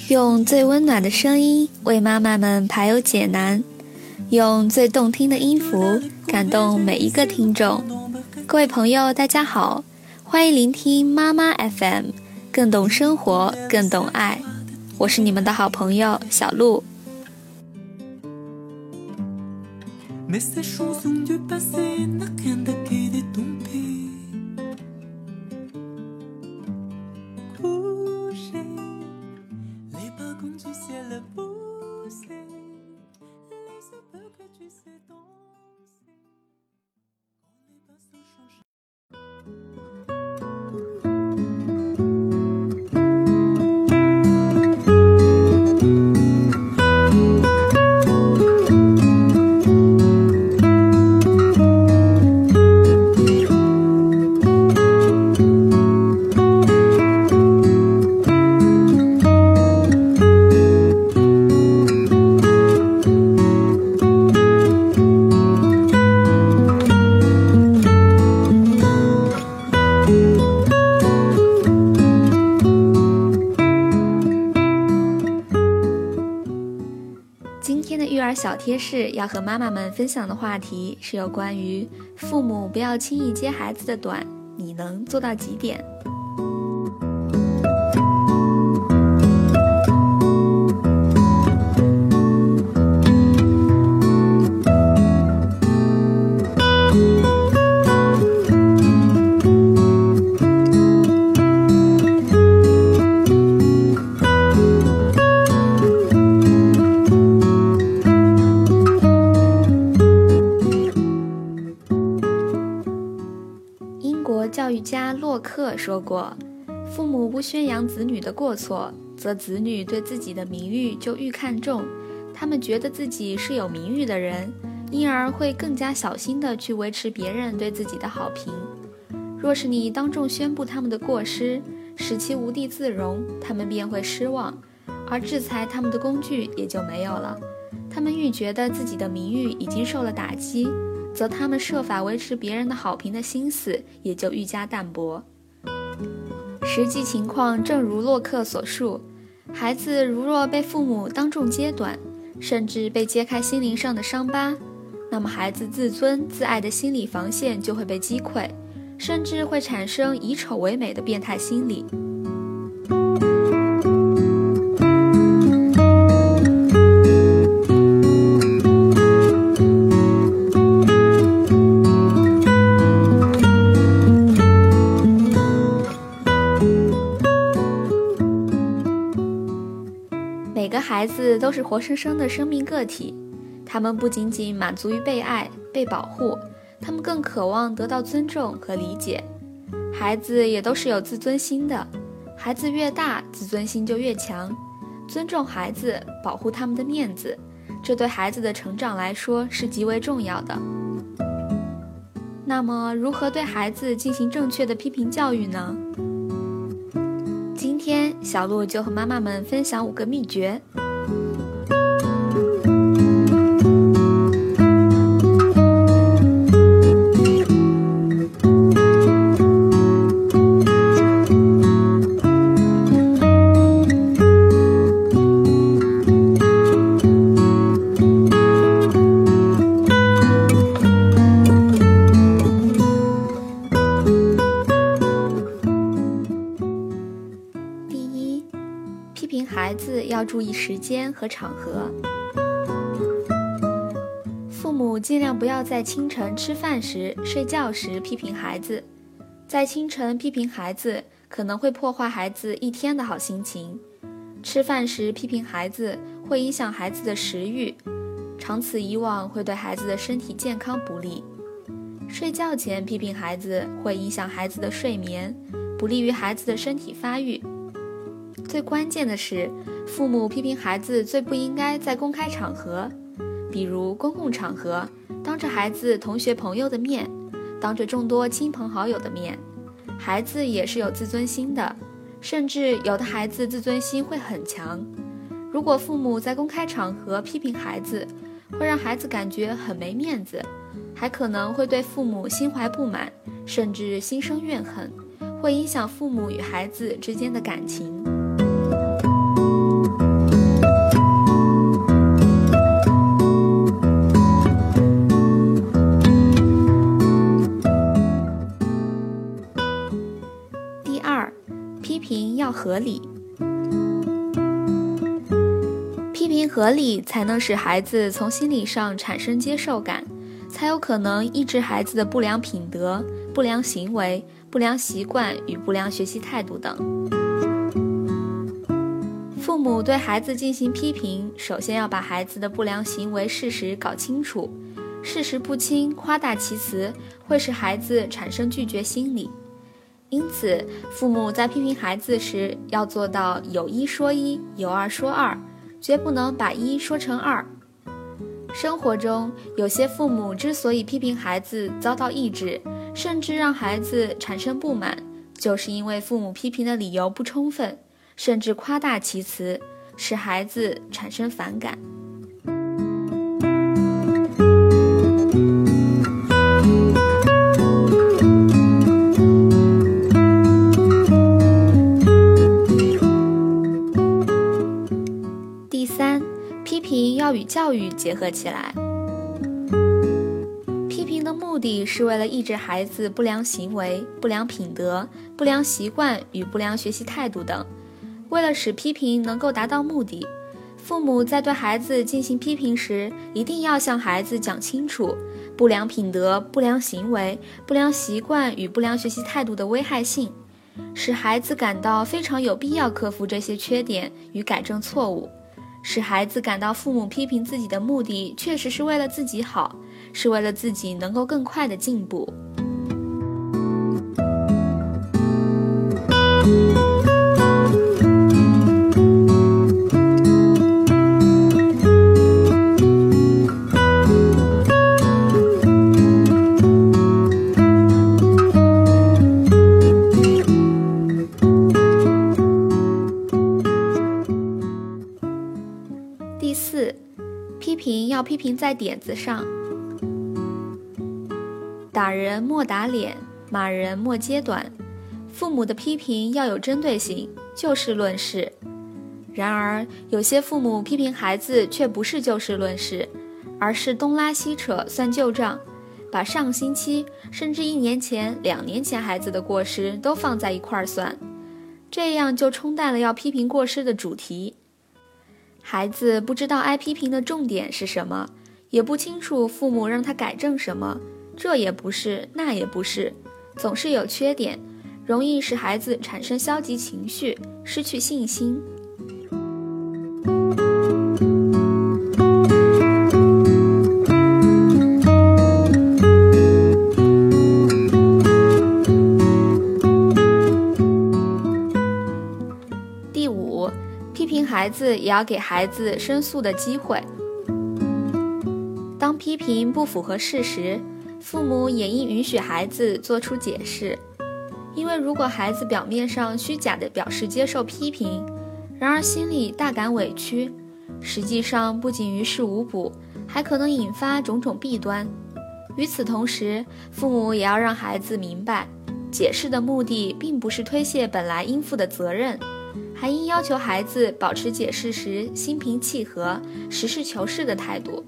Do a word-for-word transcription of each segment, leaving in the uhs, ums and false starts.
用最温暖的声音为妈妈们排忧解难，用最动听的音符感动每一个听众。各位朋友大家好，欢迎聆听妈妈 F M， 更懂生活，更懂爱。我是你们的好朋友小鹿。小贴士要和妈妈们分享的话题是有关于父母不要轻易接孩子的短，你能做到几点？教育家洛克说过，父母不宣扬子女的过错，则子女对自己的名誉就愈看重，他们觉得自己是有名誉的人，因而会更加小心地去维持别人对自己的好评。若是你当众宣布他们的过失，使其无地自容，他们便会失望，而制裁他们的工具也就没有了。他们愈觉得自己的名誉已经受了打击，则他们设法维持别人的好评的心思也就愈加淡薄。实际情况正如洛克所述，孩子如若被父母当众揭短，甚至被揭开心灵上的伤疤，那么孩子自尊自爱的心理防线就会被击溃，甚至会产生以丑为美的变态心理。每个孩子都是活生生的生命个体，他们不仅仅满足于被爱、被保护，他们更渴望得到尊重和理解。孩子也都是有自尊心的，孩子越大，自尊心就越强。尊重孩子，保护他们的面子，这对孩子的成长来说是极为重要的。那么，如何对孩子进行正确的批评教育呢？今天小鹿就和妈妈们分享五个秘诀。孩子要注意时间和场合，父母尽量不要在清晨吃饭时、睡觉时批评孩子。在清晨批评孩子，可能会破坏孩子一天的好心情；吃饭时批评孩子，会影响孩子的食欲，长此以往会对孩子的身体健康不利。睡觉前批评孩子，会影响孩子的睡眠，不利于孩子的身体发育。最关键的是，父母批评孩子最不应该在公开场合，比如公共场合，当着孩子同学朋友的面，当着众多亲朋好友的面。孩子也是有自尊心的，甚至有的孩子自尊心会很强。如果父母在公开场合批评孩子，会让孩子感觉很没面子，还可能会对父母心怀不满，甚至心生怨恨，会影响父母与孩子之间的感情。 合理。批评合理，才能使孩子从心理上产生接受感，才有可能抑制孩子的不良品德、不良行为、不良习惯与不良学习态度等。父母对孩子进行批评，首先要把孩子的不良行为事实搞清楚，事实不清、夸大其词，会使孩子产生拒绝心理。因此，父母在批评孩子时，要做到有一说一，有二说二，绝不能把一说成二。生活中，有些父母之所以批评孩子遭到抑制，甚至让孩子产生不满，就是因为父母批评的理由不充分，甚至夸大其词，使孩子产生反感。第三，批评要与教育结合起来。批评的目的是为了抑制孩子不良行为、不良品德、不良习惯与不良学习态度等。为了使批评能够达到目的，父母在对孩子进行批评时，一定要向孩子讲清楚不良品德、不良行为、不良习惯与不良学习态度的危害性，使孩子感到非常有必要克服这些缺点与改正错误，使孩子感到父母批评自己的目的确实是为了自己好，是为了自己能够更快的进步。第四，批评要批评在点子上。打人莫打脸，骂人莫揭短。父母的批评要有针对性，就事论事。然而，有些父母批评孩子却不是就事论事，而是东拉西扯算旧账，把上星期甚至一年前、两年前孩子的过失都放在一块儿算，这样就冲淡了要批评过失的主题。孩子不知道挨批评的重点是什么，也不清楚父母让他改正什么，这也不是，那也不是，总是有缺点，容易使孩子产生消极情绪，失去信心。第五，批评孩子也要给孩子申诉的机会。当批评不符合事实，父母也应允许孩子做出解释。因为如果孩子表面上虚假地表示接受批评，然而心里大感委屈，实际上不仅于事无补，还可能引发种种弊端。与此同时，父母也要让孩子明白，解释的目的并不是推卸本来应负的责任，还应要求孩子保持解释时心平气和、实事求是的态度。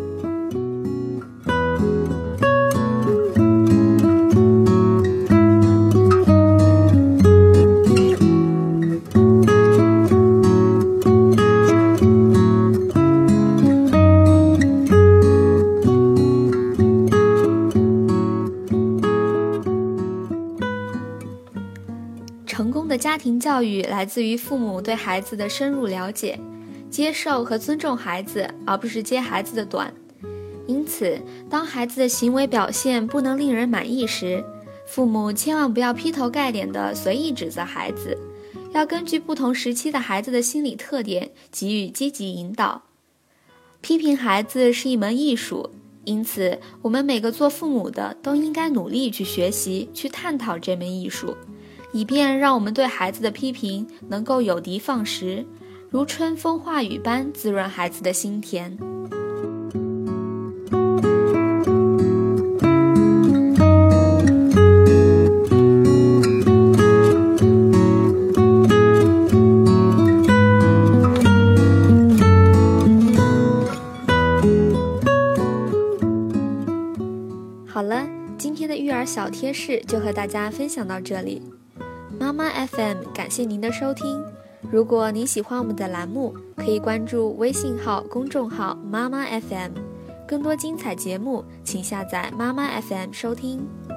成功的家庭教育来自于父母对孩子的深入了解，接受和尊重孩子，而不是揭孩子的短。因此，当孩子的行为表现不能令人满意时，父母千万不要劈头盖脸地随意指责孩子，要根据不同时期的孩子的心理特点给予积极引导。批评孩子是一门艺术，因此我们每个做父母的都应该努力去学习，去探讨这门艺术，以便让我们对孩子的批评能够有的放矢，如春风化雨般滋润孩子的心田。好了，今天的育儿小贴士就和大家分享到这里。妈妈妈 F M 感谢您的收听。如果您喜欢我们的栏目，可以关注微信号公众号妈妈 F M， 更多精彩节目请下载妈妈 F M 收听。